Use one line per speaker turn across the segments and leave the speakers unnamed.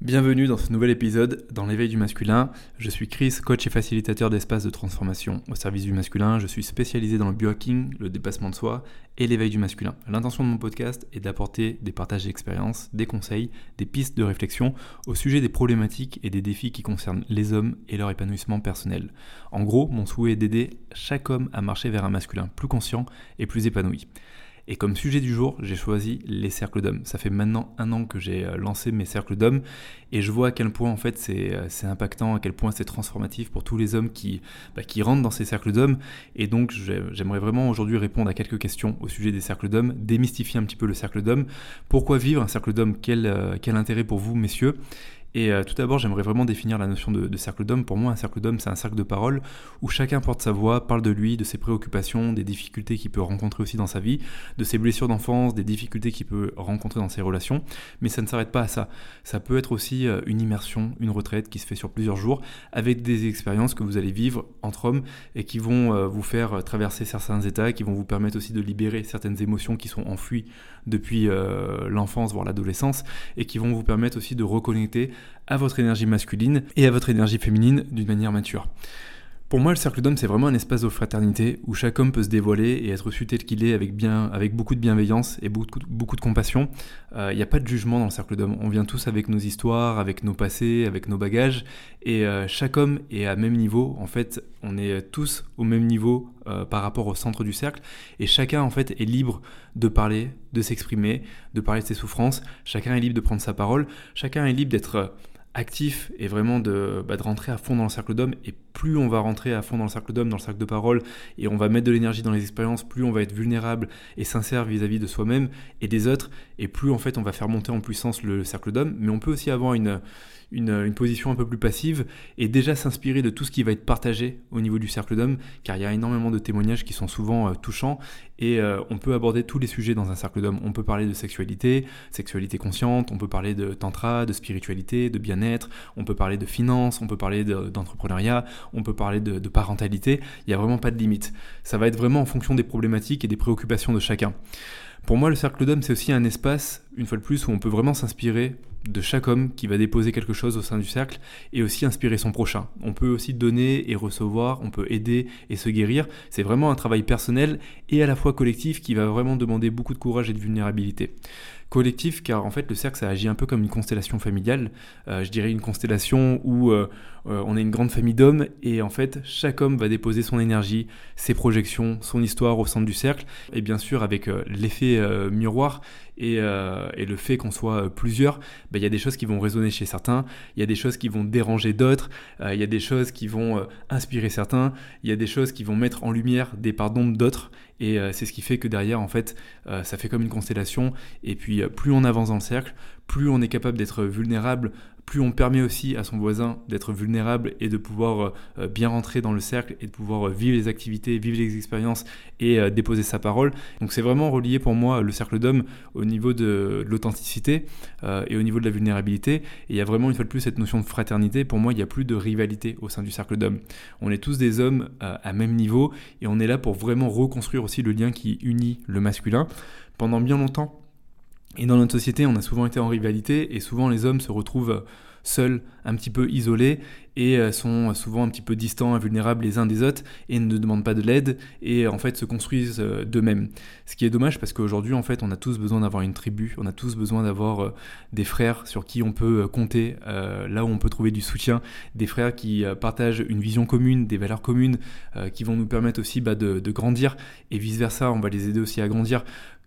Bienvenue dans ce nouvel épisode dans l'éveil du masculin. Je suis Chris, coach et facilitateur d'espaces de transformation au service du masculin. Je suis spécialisé dans le biohacking, le dépassement de soi et l'éveil du masculin. L'intention de mon podcast est d'apporter des partages d'expériences, des conseils, des pistes de réflexion au sujet des problématiques et des défis qui concernent les hommes et leur épanouissement personnel. En gros, mon souhait est d'aider chaque homme à marcher vers un masculin plus conscient et plus épanoui. Et comme sujet du jour, j'ai choisi les cercles d'hommes. Ça fait maintenant 1 an que j'ai lancé mes cercles d'hommes et je vois à quel point en fait c'est impactant, à quel point c'est transformatif pour tous les hommes qui rentrent dans ces cercles d'hommes. Et donc j'aimerais vraiment aujourd'hui répondre à quelques questions au sujet des cercles d'hommes, démystifier un petit peu le cercle d'hommes. Pourquoi vivre un cercle d'hommes ? Quel intérêt pour vous, messieurs ? Et tout d'abord, j'aimerais vraiment définir la notion de cercle d'homme. Pour moi, un cercle d'homme, c'est un cercle de parole où chacun porte sa voix, parle de lui, de ses préoccupations, des difficultés qu'il peut rencontrer aussi dans sa vie, de ses blessures d'enfance, des difficultés qu'il peut rencontrer dans ses relations. Mais ça ne s'arrête pas à ça. Ça peut être aussi une immersion, une retraite qui se fait sur plusieurs jours avec des expériences que vous allez vivre entre hommes et qui vont vous faire traverser certains états, qui vont vous permettre aussi de libérer certaines émotions qui sont enfouies depuis l'enfance, voire l'adolescence, et qui vont vous permettre aussi de reconnecter à votre énergie masculine et à votre énergie féminine d'une manière mature. Pour moi, le cercle d'hommes, c'est vraiment un espace de fraternité où chaque homme peut se dévoiler et être reçu tel qu'il est avec beaucoup de bienveillance et beaucoup de compassion. Il n'y a pas de jugement dans le cercle d'hommes. On vient tous avec nos histoires, avec nos passés, avec nos bagages et chaque homme est à même niveau. En fait, on est tous au même niveau par rapport au centre du cercle et chacun en fait est libre de parler, de s'exprimer, de parler de ses souffrances. Chacun est libre de prendre sa parole. Chacun est libre d'être actif et vraiment de rentrer à fond dans le cercle d'hommes. Et plus on va rentrer à fond dans le cercle d'hommes, dans le cercle de parole, et on va mettre de l'énergie dans les expériences, plus on va être vulnérable et sincère vis-à-vis de soi-même et des autres, et plus en fait on va faire monter en puissance le cercle d'hommes. Mais on peut aussi avoir une position un peu plus passive et déjà s'inspirer de tout ce qui va être partagé au niveau du cercle d'hommes, car il y a énormément de témoignages qui sont souvent touchants et on peut aborder tous les sujets dans un cercle d'hommes. On peut parler de sexualité consciente, on peut parler de tantra, de spiritualité, de bien-être, on peut parler de finance, on peut parler d'entrepreneuriat, on peut parler de parentalité. Il n'y a vraiment pas de limite. Ça va être vraiment en fonction des problématiques et des préoccupations de chacun. Pour moi, le cercle d'hommes, c'est aussi un espace, une fois de plus, où on peut vraiment s'inspirer de chaque homme qui va déposer quelque chose au sein du cercle et aussi inspirer son prochain. On peut aussi donner et recevoir, on peut aider et se guérir. C'est vraiment un travail personnel et à la fois collectif qui va vraiment demander beaucoup de courage et de vulnérabilité. Collectif car en fait le cercle ça agit un peu comme une constellation familiale, je dirais une constellation où on est une grande famille d'hommes et en fait chaque homme va déposer son énergie, ses projections, son histoire au centre du cercle et bien sûr avec l'effet miroir et le fait qu'on soit plusieurs, il y a des choses qui vont résonner chez certains, il y a des choses qui vont déranger d'autres, il y a des choses qui vont inspirer certains, il y a des choses qui vont mettre en lumière des parts d'ombre d'autres et c'est ce qui fait que derrière en fait ça fait comme une constellation et puis plus on avance dans le cercle, plus on est capable d'être vulnérable, plus on permet aussi à son voisin d'être vulnérable et de pouvoir bien rentrer dans le cercle et de pouvoir vivre les activités, vivre les expériences et déposer sa parole. Donc c'est vraiment relié pour moi le cercle d'hommes au niveau de l'authenticité et au niveau de la vulnérabilité. Et il y a vraiment une fois de plus cette notion de fraternité. Pour moi, il n'y a plus de rivalité au sein du cercle d'hommes. On est tous des hommes à même niveau et on est là pour vraiment reconstruire aussi le lien qui unit le masculin. Pendant bien longtemps, et dans notre société, on a souvent été en rivalité et souvent les hommes se retrouvent seuls, un petit peu isolés et sont souvent un petit peu distants, invulnérables les uns des autres et ne demandent pas de l'aide et en fait se construisent d'eux-mêmes. Ce qui est dommage parce qu'aujourd'hui en fait on a tous besoin d'avoir une tribu, on a tous besoin d'avoir des frères sur qui on peut compter, là où on peut trouver du soutien, des frères qui partagent une vision commune, des valeurs communes qui vont nous permettre aussi de grandir et vice versa, on va les aider aussi à grandir.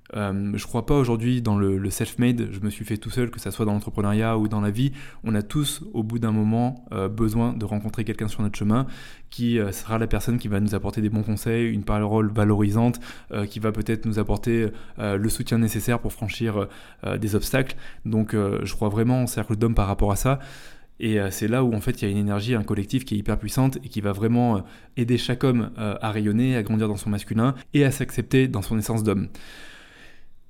Je crois pas aujourd'hui dans le self-made, je me suis fait tout seul, que ça soit dans l'entrepreneuriat ou dans la vie. On a tous au bout d'un moment besoin de rencontrer quelqu'un sur notre chemin qui sera la personne qui va nous apporter des bons conseils, une parole valorisante, qui va peut-être nous apporter le soutien nécessaire pour franchir des obstacles. Donc je crois vraiment en cercle d'hommes par rapport à ça. Et c'est là où en fait il y a une énergie, un collectif qui est hyper puissante et qui va vraiment aider chaque homme à rayonner, à grandir dans son masculin et à s'accepter dans son essence d'homme.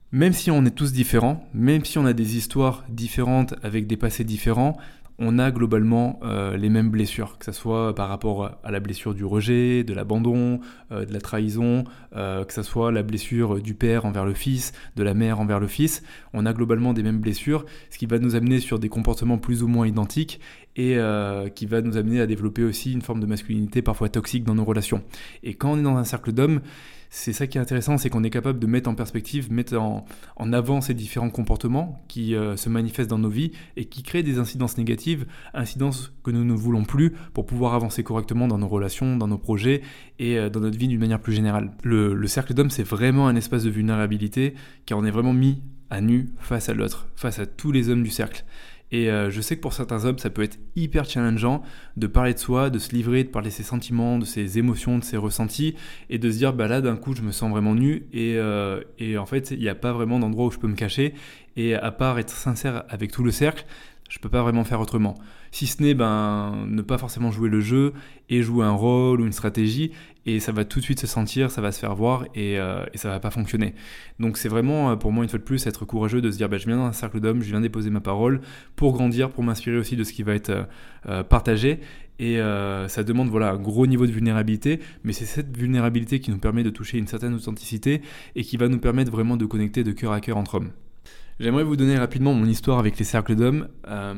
Même si on est tous différents, même si on a des histoires différentes avec des passés différents, on a globalement les mêmes blessures, que ce soit par rapport à la blessure du rejet, de l'abandon, de la trahison, que ce soit la blessure du père envers le fils, de la mère envers le fils. On a globalement des mêmes blessures, ce qui va nous amener sur des comportements plus ou moins identiques et qui va nous amener à développer aussi une forme de masculinité parfois toxique dans nos relations. Et quand on est dans un cercle d'hommes, c'est ça qui est intéressant, c'est qu'on est capable de mettre en perspective, mettre en avant ces différents comportements qui se manifestent dans nos vies et qui créent des incidences négatives, incidences que nous ne voulons plus pour pouvoir avancer correctement dans nos relations, dans nos projets et dans notre vie d'une manière plus générale. Le cercle d'hommes, c'est vraiment un espace de vulnérabilité car on est vraiment mis à nu face à l'autre, face à tous les hommes du cercle. Et je sais que pour certains hommes, ça peut être hyper challengeant de parler de soi, de se livrer, de parler de ses sentiments, de ses émotions, de ses ressentis, et de se dire, bah là, d'un coup, je me sens vraiment nu, et en fait, il n'y a pas vraiment d'endroit où je peux me cacher, et à part être sincère avec tout le cercle, je peux pas vraiment faire autrement. Si ce n'est ne pas forcément jouer le jeu et jouer un rôle ou une stratégie, et ça va tout de suite se sentir, ça va se faire voir et ça va pas fonctionner. Donc c'est vraiment pour moi une fois de plus être courageux de se dire je viens dans un cercle d'hommes, je viens déposer ma parole pour grandir, pour m'inspirer aussi de ce qui va être partagé. Et ça demande un gros niveau de vulnérabilité, mais c'est cette vulnérabilité qui nous permet de toucher une certaine authenticité et qui va nous permettre vraiment de connecter de cœur à cœur entre hommes. J'aimerais vous donner rapidement mon histoire avec les cercles d'hommes.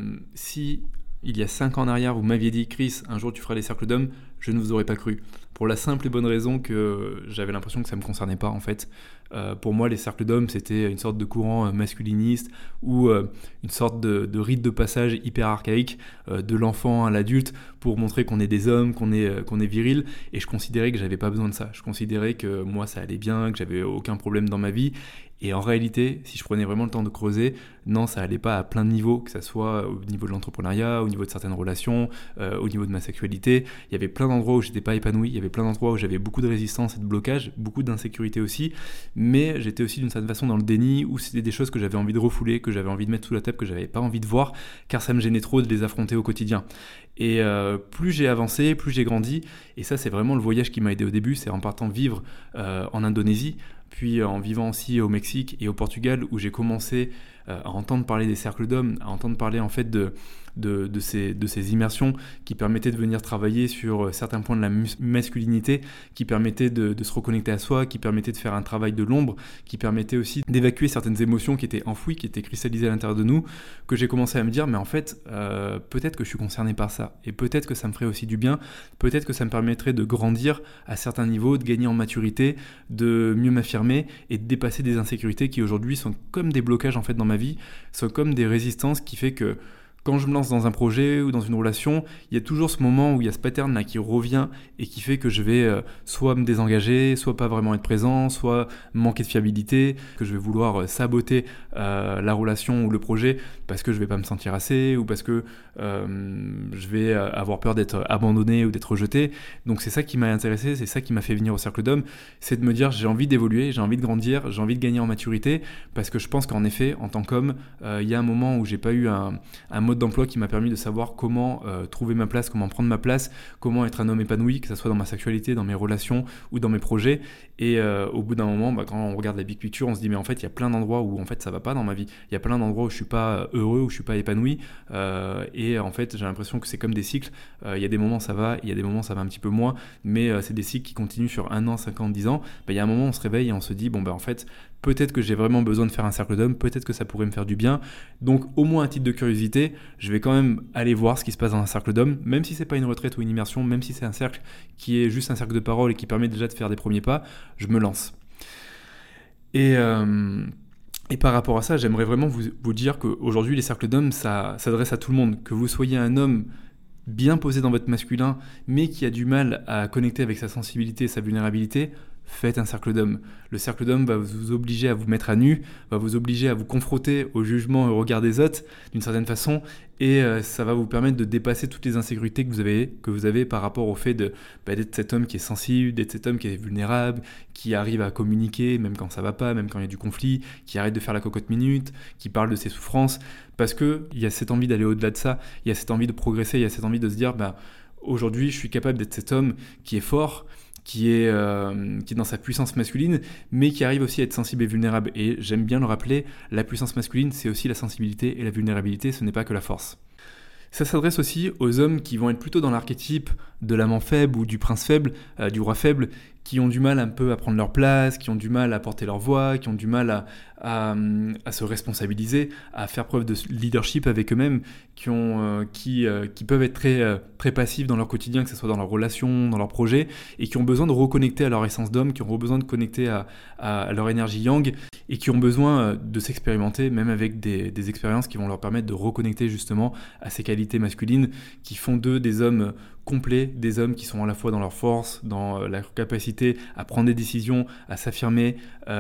Si il y a 5 ans en arrière, vous m'aviez dit « Chris, un jour tu feras les cercles d'hommes », je ne vous aurais pas cru. Pour la simple et bonne raison que j'avais l'impression que ça ne me concernait pas en fait. Pour moi, les cercles d'hommes, c'était une sorte de courant masculiniste ou une sorte de rite de passage hyper archaïque de l'enfant à l'adulte pour montrer qu'on est des hommes, qu'on est viril. Et je considérais que j'avais pas besoin de ça. Je considérais que moi, ça allait bien, que j'avais aucun problème dans ma vie. Et en réalité, si je prenais vraiment le temps de creuser, non, ça allait pas à plein de niveaux, que ça soit au niveau de l'entrepreneuriat, au niveau de certaines relations, au niveau de ma sexualité. Il y avait plein d'endroits où j'étais pas épanoui, il y avait plein d'endroits où j'avais beaucoup de résistance et de blocage, beaucoup d'insécurité aussi, mais j'étais aussi d'une certaine façon dans le déni, où c'était des choses que j'avais envie de refouler, que j'avais envie de mettre sous la table, que j'avais pas envie de voir, car ça me gênait trop de les affronter au quotidien. Et plus j'ai avancé, plus j'ai grandi, et ça c'est vraiment le voyage qui m'a aidé au début, c'est en partant vivre en Indonésie, puis en vivant aussi au Mexique et au Portugal, où j'ai commencé à entendre parler des cercles d'hommes, à entendre parler en fait de ces immersions qui permettaient de venir travailler sur certains points de la masculinité, qui permettaient de se reconnecter à soi, qui permettaient de faire un travail de l'ombre, qui permettaient aussi d'évacuer certaines émotions qui étaient enfouies, qui étaient cristallisées à l'intérieur de nous, que j'ai commencé à me dire, mais en fait, peut-être que je suis concerné par ça, et peut-être que ça me ferait aussi du bien, peut-être que ça me permettrait de grandir à certains niveaux, de gagner en maturité, de mieux m'affirmer, et de dépasser des insécurités qui aujourd'hui sont comme des blocages en fait dans ma vie, sont comme des résistances qui fait que quand je me lance dans un projet ou dans une relation, il y a toujours ce moment où il y a ce pattern là qui revient et qui fait que je vais soit me désengager, soit pas vraiment être présent, soit manquer de fiabilité, que je vais vouloir saboter la relation ou le projet parce que je vais pas me sentir assez ou parce que je vais avoir peur d'être abandonné ou d'être rejeté. Donc c'est ça qui m'a intéressé, c'est ça qui m'a fait venir au cercle d'hommes, c'est de me dire j'ai envie d'évoluer, j'ai envie de grandir, j'ai envie de gagner en maturité parce que je pense qu'en effet, en tant qu'homme, il y a un moment où j'ai pas eu un mode d'emploi qui m'a permis de savoir comment trouver ma place, comment prendre ma place, comment être un homme épanoui, que ce soit dans ma sexualité, dans mes relations ou dans mes projets. Et au bout d'un moment, quand on regarde la big picture, on se dit mais en fait il y a plein d'endroits où en fait ça va pas dans ma vie. Il y a plein d'endroits où je suis pas heureux, où je suis pas épanoui. Et en fait j'ai l'impression que c'est comme des cycles. Il y a des moments ça va, il y a des moments ça va un petit peu moins, mais c'est des cycles qui continuent sur 1 an, 5 ans, 10 ans. Il y a un moment on se réveille et on se dit en fait peut-être que j'ai vraiment besoin de faire un cercle d'hommes, peut-être que ça pourrait me faire du bien. Donc au moins à titre de curiosité, je vais quand même aller voir ce qui se passe dans un cercle d'hommes, même si c'est pas une retraite ou une immersion, même si c'est un cercle qui est juste un cercle de parole et qui permet déjà de faire des premiers pas, je me lance. Et par rapport à ça, j'aimerais vraiment vous dire qu'aujourd'hui les cercles d'hommes, ça s'adresse à tout le monde. Que vous soyez un homme bien posé dans votre masculin, mais qui a du mal à connecter avec sa sensibilité et sa vulnérabilité, faites un cercle d'hommes. Le cercle d'hommes va vous obliger à vous mettre à nu, va vous obliger à vous confronter au jugement et au regard des autres d'une certaine façon, et ça va vous permettre de dépasser toutes les insécurités que vous avez par rapport au fait d'être cet homme qui est sensible, d'être cet homme qui est vulnérable, qui arrive à communiquer même quand ça va pas, même quand il y a du conflit, qui arrête de faire la cocotte minute, qui parle de ses souffrances, parce qu'il y a cette envie d'aller au-delà de ça, il y a cette envie de progresser, il y a cette envie de se dire aujourd'hui je suis capable d'être cet homme qui est fort, qui est dans sa puissance masculine, mais qui arrive aussi à être sensible et vulnérable. Et j'aime bien le rappeler, la puissance masculine, c'est aussi la sensibilité et la vulnérabilité, ce n'est pas que la force. Ça s'adresse aussi aux hommes qui vont être plutôt dans l'archétype de l'amant faible ou du prince faible, du roi faible, qui ont du mal un peu à prendre leur place, qui ont du mal à porter leur voix, qui ont du mal à se responsabiliser, à faire preuve de leadership avec eux-mêmes, qui peuvent être très passifs dans leur quotidien, que ce soit dans leurs relations, dans leurs projets, et qui ont besoin de reconnecter à leur essence d'homme, qui ont besoin de connecter à leur énergie yang, et qui ont besoin de s'expérimenter, même avec des expériences qui vont leur permettre de reconnecter justement à ces qualités masculines qui font d'eux des hommes complets, des hommes qui sont à la fois dans leur force, dans la capacité à prendre des décisions, à s'affirmer,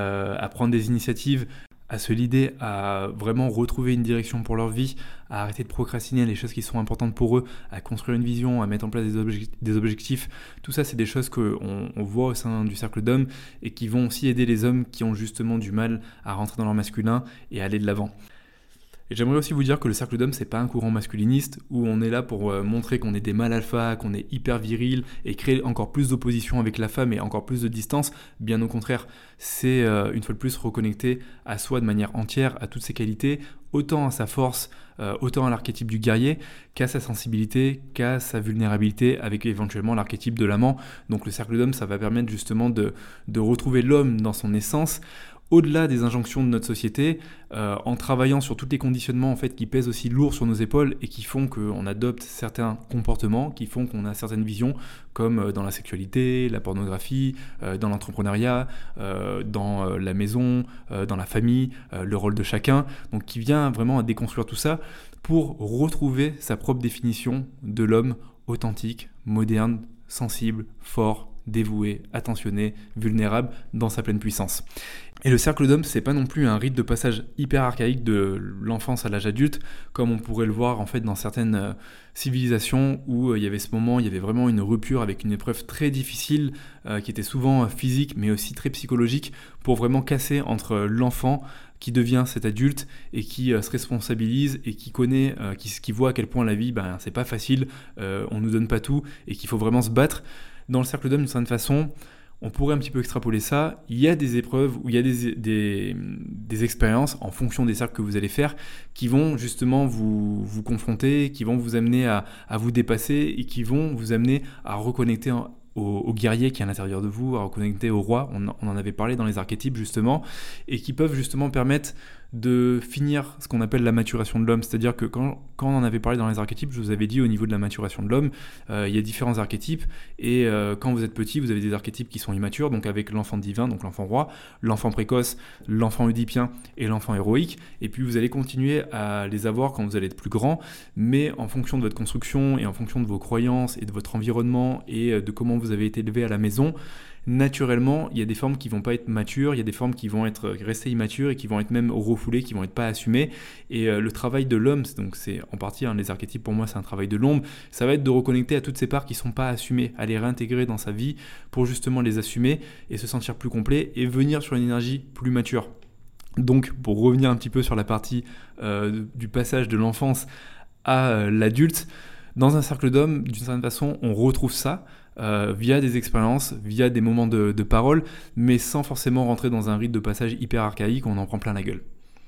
à prendre des initiatives, à se leader, à vraiment retrouver une direction pour leur vie, à arrêter de procrastiner les choses qui sont importantes pour eux, à construire une vision, à mettre en place des objectifs. Tout ça, c'est des choses qu'on voit au sein du cercle d'hommes et qui vont aussi aider les hommes qui ont justement du mal à rentrer dans leur masculin et à aller de l'avant. Et j'aimerais aussi vous dire que le cercle d'hommes, c'est pas un courant masculiniste où on est là pour montrer qu'on est des mâles alpha, qu'on est hyper viril et créer encore plus d'opposition avec la femme et encore plus de distance. Bien au contraire, c'est une fois de plus reconnecter à soi de manière entière, à toutes ses qualités, autant à sa force, autant à l'archétype du guerrier, qu'à sa sensibilité, qu'à sa vulnérabilité, avec éventuellement l'archétype de l'amant. Donc le cercle d'hommes, ça va permettre justement de retrouver l'homme dans son essence, au-delà des injonctions de notre société, en travaillant sur tous les conditionnements en fait, qui pèsent aussi lourd sur nos épaules et qui font qu'on adopte certains comportements, qui font qu'on a certaines visions, comme dans la sexualité, la pornographie, dans l'entrepreneuriat, dans la maison, dans la famille, le rôle de chacun, donc qui vient vraiment à déconstruire tout ça pour retrouver sa propre définition de l'homme authentique, moderne, sensible, fort, dévoué, attentionné, vulnérable, dans sa pleine puissance. Et le cercle d'hommes, c'est pas non plus un rite de passage hyper archaïque de l'enfance à l'âge adulte, comme on pourrait le voir en fait dans certaines civilisations où il y avait ce moment, il y avait vraiment une rupture avec une épreuve très difficile, qui était souvent physique mais aussi très psychologique, pour vraiment casser entre l'enfant qui devient cet adulte et qui se responsabilise et qui connaît, qui voit à quel point la vie, c'est pas facile, on nous donne pas tout et qu'il faut vraiment se battre. Dans le cercle d'hommes, d'une certaine façon, on pourrait un petit peu extrapoler ça. Il y a des épreuves ou il y a des expériences en fonction des cercles que vous allez faire qui vont justement vous confronter, qui vont vous amener à vous dépasser et qui vont vous amener à reconnecter au guerrier qui est à l'intérieur de vous, à reconnecter au roi, on en avait parlé dans les archétypes justement, et qui peuvent justement permettre de finir ce qu'on appelle la maturation de l'homme. C'est-à-dire que quand on en avait parlé dans les archétypes, je vous avais dit au niveau de la maturation de l'homme, il y a différents archétypes, et quand vous êtes petit, vous avez des archétypes qui sont immatures, donc avec l'enfant divin, donc l'enfant roi, l'enfant précoce, l'enfant oedipien et l'enfant héroïque, et puis vous allez continuer à les avoir quand vous allez être plus grand, mais en fonction de votre construction et en fonction de vos croyances et de votre environnement et de comment vous avez été élevé à la maison, naturellement, il y a des formes qui vont pas être matures, il y a des formes qui vont être restées immatures et qui vont être même refoulées, qui vont être pas assumées. Et le travail de l'homme, donc c'est en partie les archétypes pour moi, c'est un travail de l'ombre. Ça va être de reconnecter à toutes ces parts qui sont pas assumées, à les réintégrer dans sa vie pour justement les assumer et se sentir plus complet et venir sur une énergie plus mature. Donc, pour revenir un petit peu sur la partie du passage de l'enfance à l'adulte, dans un cercle d'hommes, d'une certaine façon, on retrouve ça. Via des expériences, via des moments de parole, mais sans forcément rentrer dans un rite de passage hyper archaïque où on en prend plein la gueule.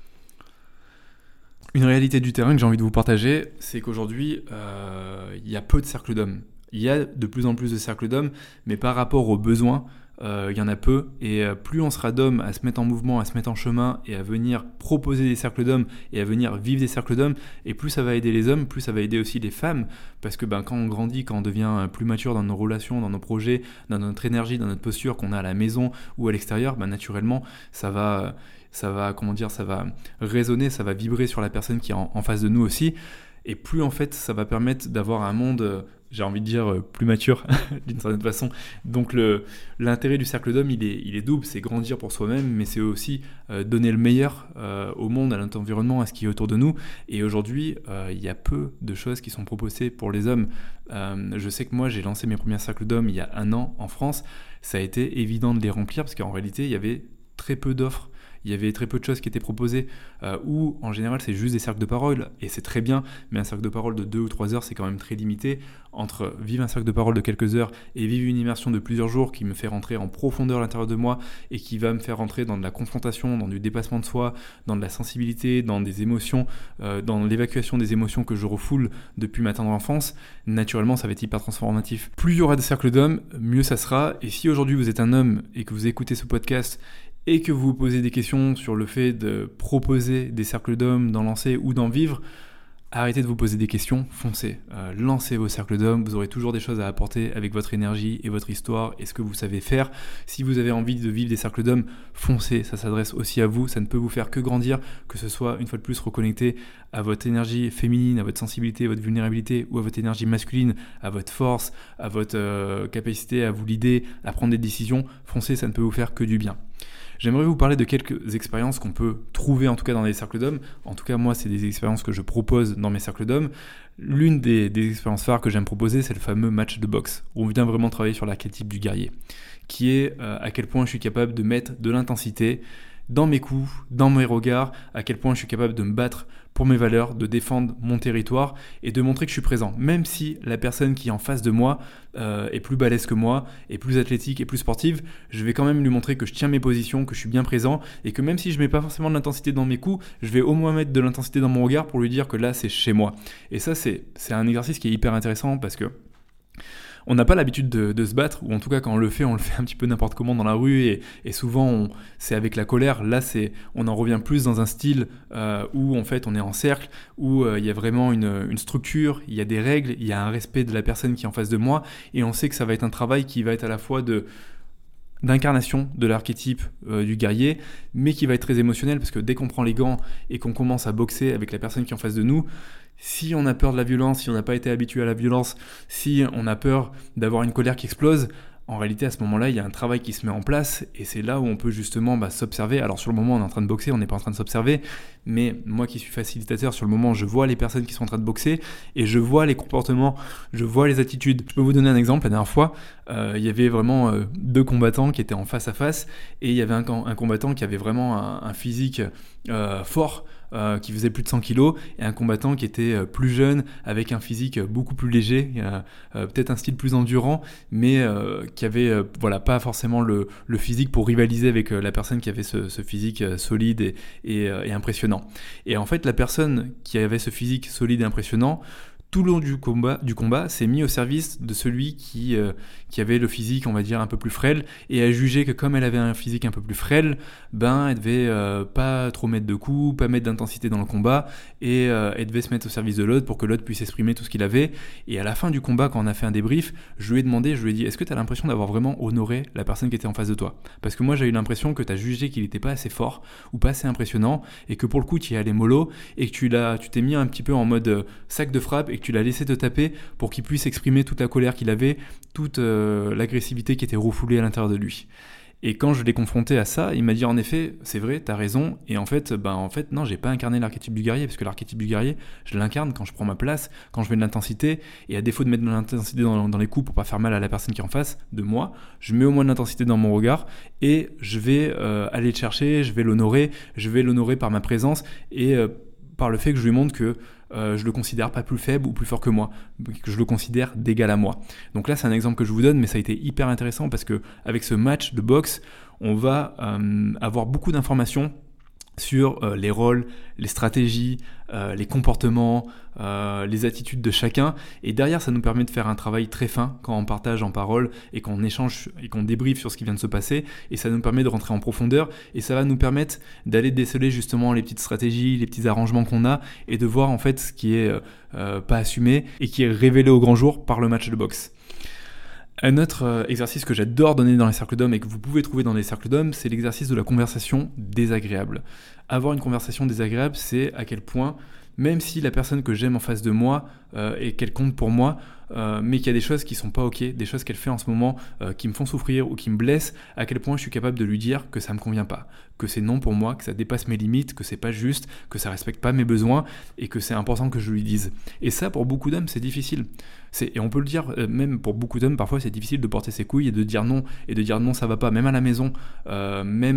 Une réalité du terrain que j'ai envie de vous partager, c'est qu'aujourd'hui, il y a peu de cercles d'hommes. Il y a de plus en plus de cercles d'hommes, mais par rapport aux besoins, il y en a peu, et plus on sera d'hommes à se mettre en mouvement, à se mettre en chemin et à venir proposer des cercles d'hommes et à venir vivre des cercles d'hommes, et plus ça va aider les hommes, plus ça va aider aussi les femmes, parce que quand on grandit, quand on devient plus mature dans nos relations, dans nos projets, dans notre énergie, dans notre posture qu'on a à la maison ou à l'extérieur, naturellement ça va résonner, ça va vibrer sur la personne qui est en face de nous aussi, et plus en fait ça va permettre d'avoir un monde, j'ai envie de dire, plus mature d'une certaine façon. Donc l'intérêt du cercle d'hommes, il est double, c'est grandir pour soi-même, mais c'est aussi donner le meilleur au monde, à notre environnement, à ce qui est autour de nous. Et aujourd'hui, il y a peu de choses qui sont proposées pour les hommes. Je sais que moi, j'ai lancé mes premiers cercles d'hommes il y a 1 an en France. Ça a été évident de les remplir parce qu'en réalité, il y avait très peu d'offres. il y avait très peu de choses qui étaient proposées, ou en général c'est juste des cercles de parole, et c'est très bien, mais un cercle de parole de 2 ou 3 heures c'est quand même très limité. Entre vivre un cercle de parole de quelques heures et vivre une immersion de plusieurs jours qui me fait rentrer en profondeur à l'intérieur de moi et qui va me faire rentrer dans de la confrontation, dans du dépassement de soi, dans de la sensibilité, dans des émotions, dans l'évacuation des émotions que je refoule depuis ma tendre enfance, naturellement ça va être hyper transformatif. Plus il y aura des cercles d'hommes, mieux ça sera. Et si aujourd'hui vous êtes un homme et que vous écoutez ce podcast et que vous vous posez des questions sur le fait de proposer des cercles d'hommes, d'en lancer ou d'en vivre, arrêtez de vous poser des questions, foncez, lancez vos cercles d'hommes, vous aurez toujours des choses à apporter avec votre énergie et votre histoire et ce que vous savez faire. Si vous avez envie de vivre des cercles d'hommes, foncez, ça s'adresse aussi à vous, ça ne peut vous faire que grandir, que ce soit une fois de plus reconnecté à votre énergie féminine, à votre sensibilité, à votre vulnérabilité ou à votre énergie masculine, à votre force, à votre capacité à vous leader, à prendre des décisions, foncez, ça ne peut vous faire que du bien. J'aimerais vous parler de quelques expériences qu'on peut trouver en tout cas dans les cercles d'hommes. En tout cas, moi, c'est des expériences que je propose dans mes cercles d'hommes. L'une des expériences phares que j'aime proposer, c'est le fameux match de boxe, où on vient vraiment travailler sur l'archétype du guerrier, qui est à quel point je suis capable de mettre de l'intensité dans mes coups, dans mes regards, à quel point je suis capable de me battre pour mes valeurs, de défendre mon territoire et de montrer que je suis présent. Même si la personne qui est en face de moi est plus balèze que moi, est plus athlétique et plus sportive, je vais quand même lui montrer que je tiens mes positions, que je suis bien présent et que même si je ne mets pas forcément de l'intensité dans mes coups, je vais au moins mettre de l'intensité dans mon regard pour lui dire que là c'est chez moi. Et ça c'est un exercice qui est hyper intéressant parce que on n'a pas l'habitude de se battre, ou en tout cas quand on le fait un petit peu n'importe comment dans la rue, et souvent c'est avec la colère. Là, on en revient plus dans un style où en fait on est en cercle, où il y a vraiment une structure, il y a des règles, il y a un respect de la personne qui est en face de moi, et on sait que ça va être un travail qui va être à la fois d'incarnation de l'archétype du guerrier, mais qui va être très émotionnel, parce que dès qu'on prend les gants et qu'on commence à boxer avec la personne qui est en face de nous, si on a peur de la violence, si on n'a pas été habitué à la violence, si on a peur d'avoir une colère qui explose, en réalité à ce moment-là, il y a un travail qui se met en place et c'est là où on peut justement s'observer. Alors sur le moment, on est en train de boxer, on n'est pas en train de s'observer, mais moi qui suis facilitateur, sur le moment, je vois les personnes qui sont en train de boxer et je vois les comportements, je vois les attitudes. Je peux vous donner un exemple. La dernière fois, il y avait vraiment deux combattants qui étaient en face à face et il y avait un combattant qui avait vraiment un physique fort, qui faisait plus de 100 kilos, et un combattant qui était plus jeune, avec un physique beaucoup plus léger, peut-être un style plus endurant, mais qui avait pas forcément le physique pour rivaliser avec la personne qui avait ce physique solide et impressionnant. Et en fait, la personne qui avait ce physique solide et impressionnant, tout le long du combat, s'est mis au service de celui qui avait le physique, on va dire, un peu plus frêle, et a jugé que comme elle avait un physique un peu plus frêle, elle devait pas trop mettre de coups, pas mettre d'intensité dans le combat, et elle devait se mettre au service de l'autre pour que l'autre puisse exprimer tout ce qu'il avait. Et à la fin du combat, quand on a fait un débrief, je lui ai dit, est-ce que tu as l'impression d'avoir vraiment honoré la personne qui était en face de toi ? Parce que moi, j'ai eu l'impression que tu as jugé qu'il n'était pas assez fort, ou pas assez impressionnant, et que pour le coup, tu y allais mollo, et que tu t'es mis un petit peu en mode sac de frappe, et que tu l'as laissé te taper pour qu'il puisse exprimer toute la colère qu'il avait, toute l'agressivité qui était refoulée à l'intérieur de lui. Et quand je l'ai confronté à ça, il m'a dit en effet, c'est vrai, t'as raison, et en fait, non, j'ai pas incarné l'archétype du guerrier, parce que l'archétype du guerrier, je l'incarne quand je prends ma place, quand je mets de l'intensité, et à défaut de mettre de l'intensité dans les coups pour pas faire mal à la personne qui est en face de moi, je mets au moins de l'intensité dans mon regard, et je vais aller le chercher, je vais l'honorer par ma présence, et par le fait que je lui montre que je le considère pas plus faible ou plus fort que moi, que je le considère d'égal à moi. Donc là, c'est un exemple que je vous donne, mais ça a été hyper intéressant parce que avec ce match de boxe, on va avoir beaucoup d'informations sur les rôles, les stratégies, les comportements, les attitudes de chacun. Et derrière, ça nous permet de faire un travail très fin quand on partage en parole et qu'on échange et qu'on débriefe sur ce qui vient de se passer. Et ça nous permet de rentrer en profondeur et ça va nous permettre d'aller déceler justement les petites stratégies, les petits arrangements qu'on a et de voir en fait ce qui est pas assumé et qui est révélé au grand jour par le match de boxe. Un autre exercice que j'adore donner dans les cercles d'hommes et que vous pouvez trouver dans les cercles d'hommes, c'est l'exercice de la conversation désagréable. Avoir une conversation désagréable, c'est à quel point, même si la personne que j'aime en face de moi et qu'elle compte pour moi, mais qu'il y a des choses qui sont pas ok, des choses qu'elle fait en ce moment qui me font souffrir ou qui me blessent, à quel point je suis capable de lui dire que ça me convient pas, que c'est non pour moi, que ça dépasse mes limites, que c'est pas juste, que ça respecte pas mes besoins et que c'est important que je lui dise. Et ça, pour beaucoup d'hommes, c'est difficile. Et on peut le dire, même pour beaucoup d'hommes, parfois c'est difficile de porter ses couilles et de dire non, ça va pas, même à la maison, même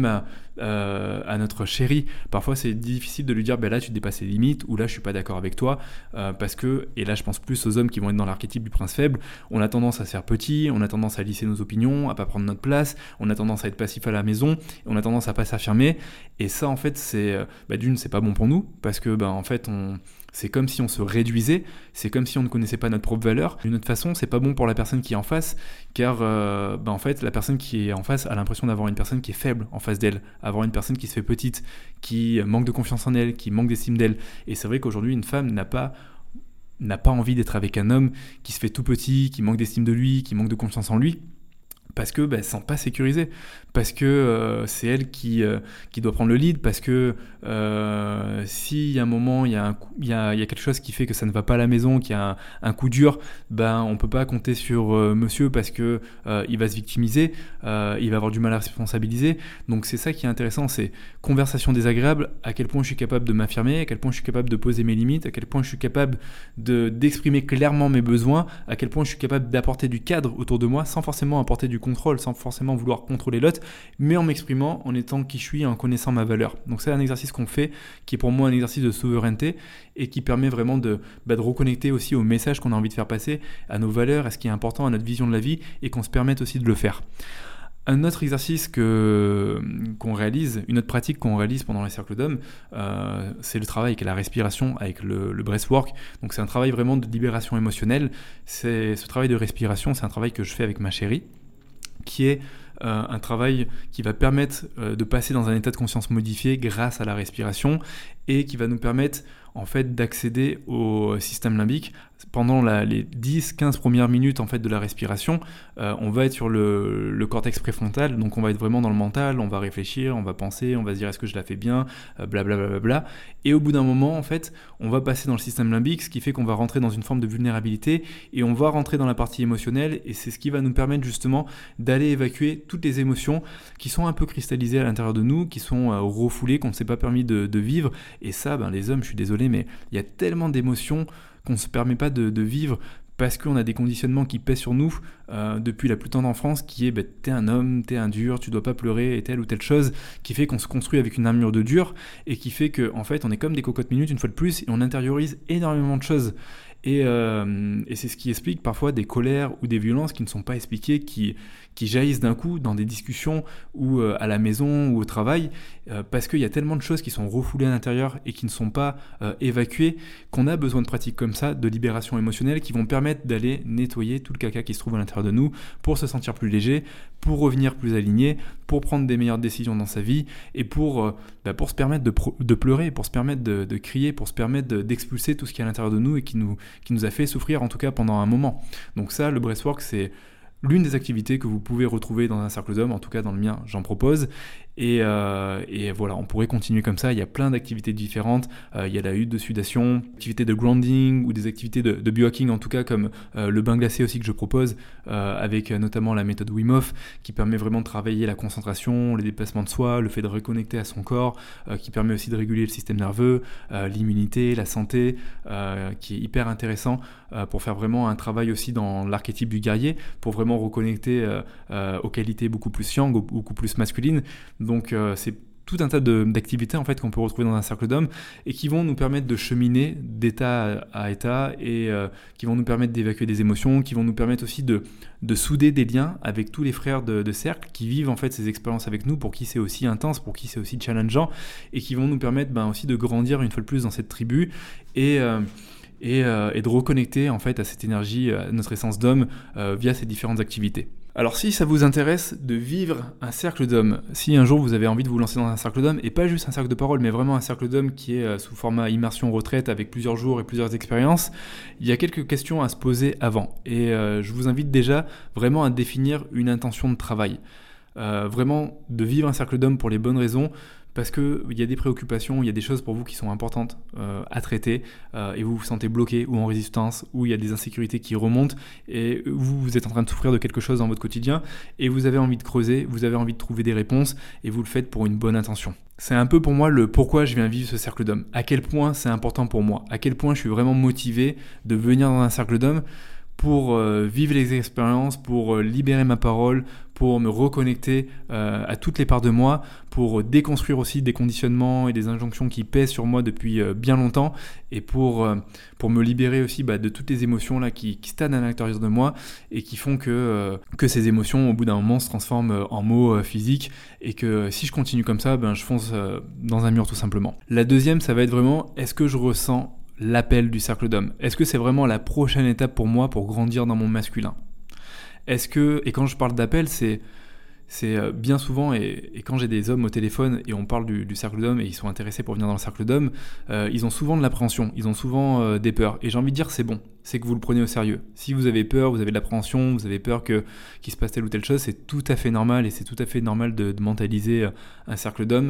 à notre chérie. Parfois c'est difficile de lui dire, là tu dépasses les limites, ou là je suis pas d'accord avec toi, parce que, et là je pense plus aux hommes qui vont être dans l'archétype du prince faible, on a tendance à se faire petit, on a tendance à lisser nos opinions, à pas prendre notre place, on a tendance à être passif à la maison, on a tendance à pas s'affirmer, et ça en fait c'est, d'une, c'est pas bon pour nous, parce que en fait c'est comme si on se réduisait, c'est comme si on ne connaissait pas notre propre valeur. D'une autre façon, c'est pas bon pour la personne qui est en face, car en fait, la personne qui est en face a l'impression d'avoir une personne qui est faible en face d'elle, avoir une personne qui se fait petite, qui manque de confiance en elle, qui manque d'estime d'elle. Et c'est vrai qu'aujourd'hui, une femme n'a pas envie d'être avec un homme qui se fait tout petit, qui manque d'estime de lui, qui manque de confiance en lui, parce que elle ne se sent pas sécurisée, parce que c'est elle qui doit prendre le lead, parce que s'il y a un moment, il y a quelque chose qui fait que ça ne va pas à la maison, qu'il y a un coup dur, on ne peut pas compter sur monsieur parce que il va se victimiser, il va avoir du mal à se responsabiliser. Donc c'est ça qui est intéressant, c'est conversation désagréable, à quel point je suis capable de m'affirmer, à quel point je suis capable de poser mes limites, à quel point je suis capable d'exprimer clairement mes besoins, à quel point je suis capable d'apporter du cadre autour de moi sans forcément apporter du contrôle, sans forcément vouloir contrôler l'autre, mais en m'exprimant, en étant qui je suis, en connaissant ma valeur. Donc c'est un exercice qu'on fait, qui est pour moi un exercice de souveraineté et qui permet vraiment de reconnecter aussi au message qu'on a envie de faire passer, à nos valeurs, à ce qui est important, à notre vision de la vie, et qu'on se permette aussi de le faire. Un autre exercice qu'on réalise, une autre pratique qu'on réalise pendant les cercles d'hommes, c'est le travail avec la respiration, avec le breathwork. Donc c'est un travail vraiment de libération émotionnelle. Ce travail de respiration, c'est un travail que je fais avec ma chérie, qui est un travail qui va permettre de passer dans un état de conscience modifié grâce à la respiration et qui va nous permettre en fait d'accéder au système limbique. Pendant les 10-15 premières minutes en fait de la respiration, on va être sur le cortex préfrontal, donc on va être vraiment dans le mental, on va réfléchir, on va penser, on va se dire est-ce que je la fais bien, blablabla. Et au bout d'un moment, en fait, on va passer dans le système limbique, ce qui fait qu'on va rentrer dans une forme de vulnérabilité et on va rentrer dans la partie émotionnelle, et c'est ce qui va nous permettre justement d'aller évacuer toutes les émotions qui sont un peu cristallisées à l'intérieur de nous, qui sont refoulées, qu'on ne s'est pas permis de vivre. Et ça, les hommes, je suis désolé, mais il y a tellement d'émotions qu'on ne se permet pas de vivre parce qu'on a des conditionnements qui pèsent sur nous depuis la plus tendre enfance, qui est t'es un homme, t'es un dur, tu dois pas pleurer, et telle ou telle chose, qui fait qu'on se construit avec une armure de dur et qui fait qu'en fait on est comme des cocottes minutes une fois de plus et on intériorise énormément de choses. Et c'est ce qui explique parfois des colères ou des violences qui ne sont pas expliquées, qui jaillissent d'un coup dans des discussions ou à la maison ou au travail, parce qu'il y a tellement de choses qui sont refoulées à l'intérieur et qui ne sont pas évacuées, qu'on a besoin de pratiques comme ça, de libération émotionnelle, qui vont permettre d'aller nettoyer tout le caca qui se trouve à l'intérieur de nous, pour se sentir plus léger, pour revenir plus aligné, pour prendre des meilleures décisions dans sa vie, et pour se permettre de pleurer, pour se permettre de crier, pour se permettre d'expulser tout ce qui est à l'intérieur de nous et qui nous a fait souffrir, en tout cas pendant un moment. Donc ça, le breathwork, c'est l'une des activités que vous pouvez retrouver dans un cercle d'hommes, en tout cas dans le mien, j'en propose. Et voilà, on pourrait continuer comme ça. Il y a plein d'activités différentes. Il y a la hutte de sudation, activités de grounding ou des activités de biohacking, en tout cas comme le bain glacé aussi que je propose, avec notamment la méthode Wim Hof, qui permet vraiment de travailler la concentration, les déplacements de soi, le fait de reconnecter à son corps, qui permet aussi de réguler le système nerveux, l'immunité, la santé, qui est hyper intéressant pour faire vraiment un travail aussi dans l'archétype du guerrier, pour vraiment reconnecter aux qualités beaucoup plus yang, beaucoup plus masculines. Donc c'est tout un tas d'activités en fait qu'on peut retrouver dans un cercle d'hommes et qui vont nous permettre de cheminer d'état à état et qui vont nous permettre d'évacuer des émotions, qui vont nous permettre aussi de souder des liens avec tous les frères de cercle qui vivent en fait ces expériences avec nous, pour qui c'est aussi intense, pour qui c'est aussi challengeant, et qui vont nous permettre aussi de grandir une fois de plus dans cette tribu et de reconnecter en fait à cette énergie, à notre essence d'homme via ces différentes activités. Alors si ça vous intéresse de vivre un cercle d'hommes, si un jour vous avez envie de vous lancer dans un cercle d'hommes, et pas juste un cercle de parole, mais vraiment un cercle d'hommes qui est sous format immersion retraite avec plusieurs jours et plusieurs expériences, il y a quelques questions à se poser avant. Et je vous invite déjà vraiment à définir une intention de travail. Vraiment de vivre un cercle d'hommes pour les bonnes raisons, parce qu'il y a des préoccupations, il y a des choses pour vous qui sont importantes à traiter et vous vous sentez bloqué ou en résistance, ou il y a des insécurités qui remontent et vous êtes en train de souffrir de quelque chose dans votre quotidien et vous avez envie de creuser, vous avez envie de trouver des réponses et vous le faites pour une bonne intention. C'est un peu pour moi le pourquoi je viens vivre ce cercle d'hommes, à quel point c'est important pour moi, à quel point je suis vraiment motivé de venir dans un cercle d'hommes pour vivre les expériences, pour libérer ma parole, pour me reconnecter à toutes les parts de moi, pour déconstruire aussi des conditionnements et des injonctions qui pèsent sur moi depuis bien longtemps, et pour me libérer aussi de toutes les émotions là qui stagnent à l'intérieur de moi et qui font que ces émotions au bout d'un moment se transforment en mots physiques, et que si je continue comme ça, je fonce dans un mur tout simplement. La deuxième, ça va être vraiment, est-ce que je ressens l'appel du cercle d'hommes? Est-ce que c'est vraiment la prochaine étape pour moi pour grandir dans mon masculin? Est-ce que, et quand je parle d'appel, c'est bien souvent, et quand j'ai des hommes au téléphone et on parle du cercle d'hommes et ils sont intéressés pour venir dans le cercle d'hommes, ils ont souvent de l'appréhension, ils ont souvent des peurs. Et j'ai envie de dire, c'est bon, c'est que vous le prenez au sérieux. Si vous avez peur, vous avez de l'appréhension, vous avez peur qu'il se passe telle ou telle chose, c'est tout à fait normal, et c'est tout à fait normal de mentaliser un cercle d'hommes.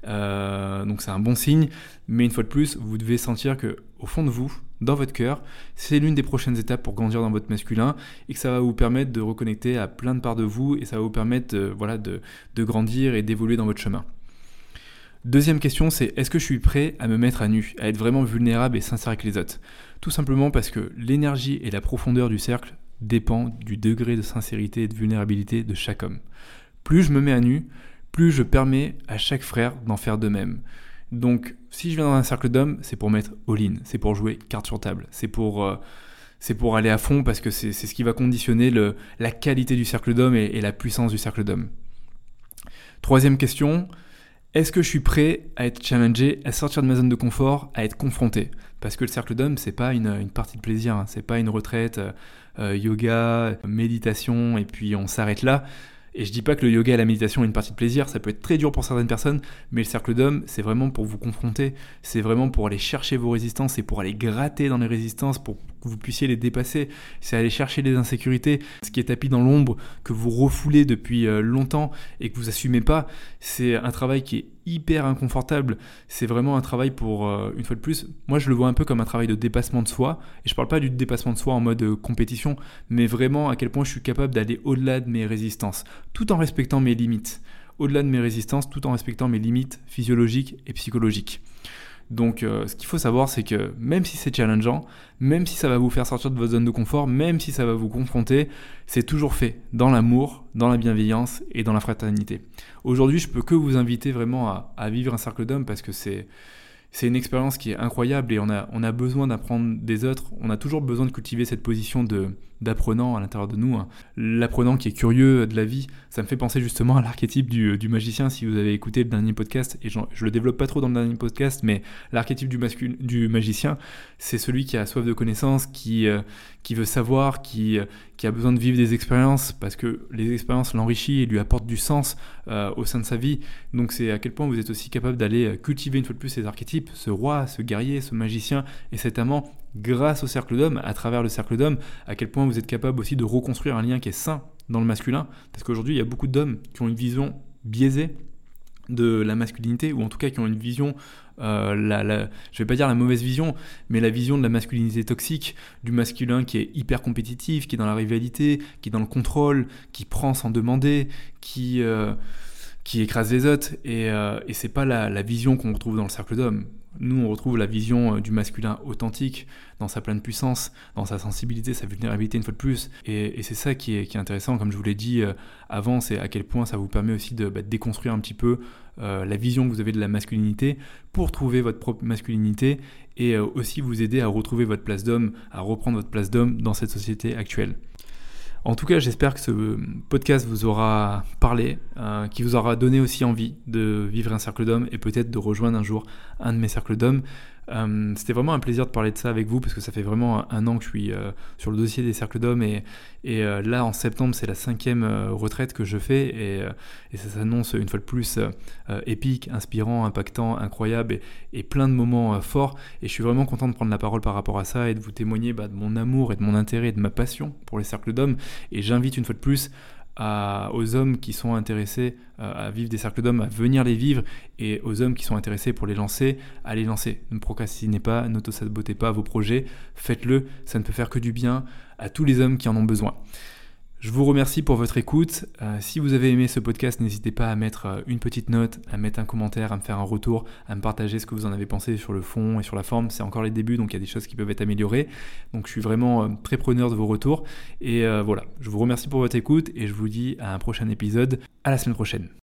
Donc c'est un bon signe, mais une fois de plus, vous devez sentir que au fond de vous, dans votre cœur, c'est l'une des prochaines étapes pour grandir dans votre masculin, et que ça va vous permettre de reconnecter à plein de parts de vous, et ça va vous permettre de grandir et d'évoluer dans votre chemin. Deuxième question, c'est est-ce que je suis prêt à me mettre à nu, à être vraiment vulnérable et sincère avec les autres? Tout simplement parce que l'énergie et la profondeur du cercle dépend du degré de sincérité et de vulnérabilité de chaque homme. Plus je me mets à nu, plus je permets à chaque frère d'en faire de même. Donc, si je viens dans un cercle d'hommes, c'est pour mettre all-in, c'est pour jouer carte sur table, c'est pour aller à fond, parce que c'est ce qui va conditionner la qualité du cercle d'hommes et la puissance du cercle d'hommes. Troisième question, est-ce que je suis prêt à être challengé, à sortir de ma zone de confort, à être confronté? Parce que le cercle d'hommes, c'est pas une partie de plaisir, hein, c'est pas une retraite, yoga, méditation, et puis on s'arrête là. Et je dis pas que le yoga et la méditation est une partie de plaisir, ça peut être très dur pour certaines personnes, mais le cercle d'hommes, c'est vraiment pour vous confronter, c'est vraiment pour aller chercher vos résistances, et pour aller gratter dans les résistances, pour que vous puissiez les dépasser, c'est aller chercher les insécurités, ce qui est tapis dans l'ombre, que vous refoulez depuis longtemps et que vous assumez pas. C'est un travail qui est hyper inconfortable, c'est vraiment un travail pour, une fois de plus, moi je le vois un peu comme un travail de dépassement de soi, et je parle pas du dépassement de soi en mode compétition, mais vraiment à quel point je suis capable d'aller au-delà de mes résistances, tout en respectant mes limites, au-delà de mes résistances, tout en respectant mes limites physiologiques et psychologiques. Donc ce qu'il faut savoir, c'est que même si c'est challengeant, même si ça va vous faire sortir de votre zone de confort, même si ça va vous confronter, c'est toujours fait dans l'amour, dans la bienveillance et dans la fraternité. Aujourd'hui, je peux que vous inviter vraiment à vivre un cercle d'hommes, parce que c'est une expérience qui est incroyable, et on a besoin d'apprendre des autres. On a toujours besoin de cultiver cette position d'apprenant à l'intérieur de nous, hein. L'apprenant qui est curieux de la vie, ça me fait penser justement à l'archétype du magicien. Si vous avez écouté le dernier podcast, et je le développe pas trop dans le dernier podcast, mais l'archétype du magicien, c'est celui qui a soif de connaissances, qui veut savoir, qui a besoin de vivre des expériences, parce que les expériences l'enrichissent et lui apportent du sens au sein de sa vie. Donc c'est à quel point vous êtes aussi capable d'aller cultiver une fois de plus ces archétypes, ce roi, ce guerrier, ce magicien et cet amant, grâce au cercle d'hommes, à travers le cercle d'hommes, à quel point vous êtes capable aussi de reconstruire un lien qui est sain dans le masculin, parce qu'aujourd'hui il y a beaucoup d'hommes qui ont une vision biaisée de la masculinité, ou en tout cas qui ont une vision, je vais pas dire la mauvaise vision, mais la vision de la masculinité toxique, du masculin qui est hyper compétitif, qui est dans la rivalité, qui est dans le contrôle, qui prend sans demander, qui écrase les autres, et c'est pas la vision qu'on retrouve dans le cercle d'hommes. Nous, on retrouve la vision du masculin authentique, dans sa pleine puissance, dans sa sensibilité, sa vulnérabilité une fois de plus. Et c'est ça qui est intéressant, comme je vous l'ai dit avant, c'est à quel point ça vous permet aussi de déconstruire un petit peu la vision que vous avez de la masculinité pour trouver votre propre masculinité, et aussi vous aider à retrouver votre place d'homme, à reprendre votre place d'homme dans cette société actuelle. En tout cas, j'espère que ce podcast vous aura parlé, qui vous aura donné aussi envie de vivre un cercle d'hommes et peut-être de rejoindre un jour un de mes cercles d'hommes. C'était vraiment un plaisir de parler de ça avec vous, parce que ça fait vraiment un an que je suis sur le dossier des cercles d'hommes, et là en septembre c'est la 5e retraite que je fais, et ça s'annonce une fois de plus épique, inspirant, impactant, incroyable, et plein de moments forts, et je suis vraiment content de prendre la parole par rapport à ça et de vous témoigner de mon amour et de mon intérêt et de ma passion pour les cercles d'hommes. Et j'invite une fois de plus aux hommes qui sont intéressés à vivre des cercles d'hommes, à venir les vivre, et aux hommes qui sont intéressés pour les lancer, à les lancer. Ne procrastinez pas, n'auto-sabotez pas vos projets, faites-le, ça ne peut faire que du bien à tous les hommes qui en ont besoin. Je vous remercie pour votre écoute. Si vous avez aimé ce podcast, n'hésitez pas à mettre une petite note, à mettre un commentaire, à me faire un retour, à me partager ce que vous en avez pensé sur le fond et sur la forme. C'est encore les débuts, donc il y a des choses qui peuvent être améliorées. Donc je suis vraiment très preneur de vos retours. Et voilà, je vous remercie pour votre écoute et je vous dis à un prochain épisode. À la semaine prochaine.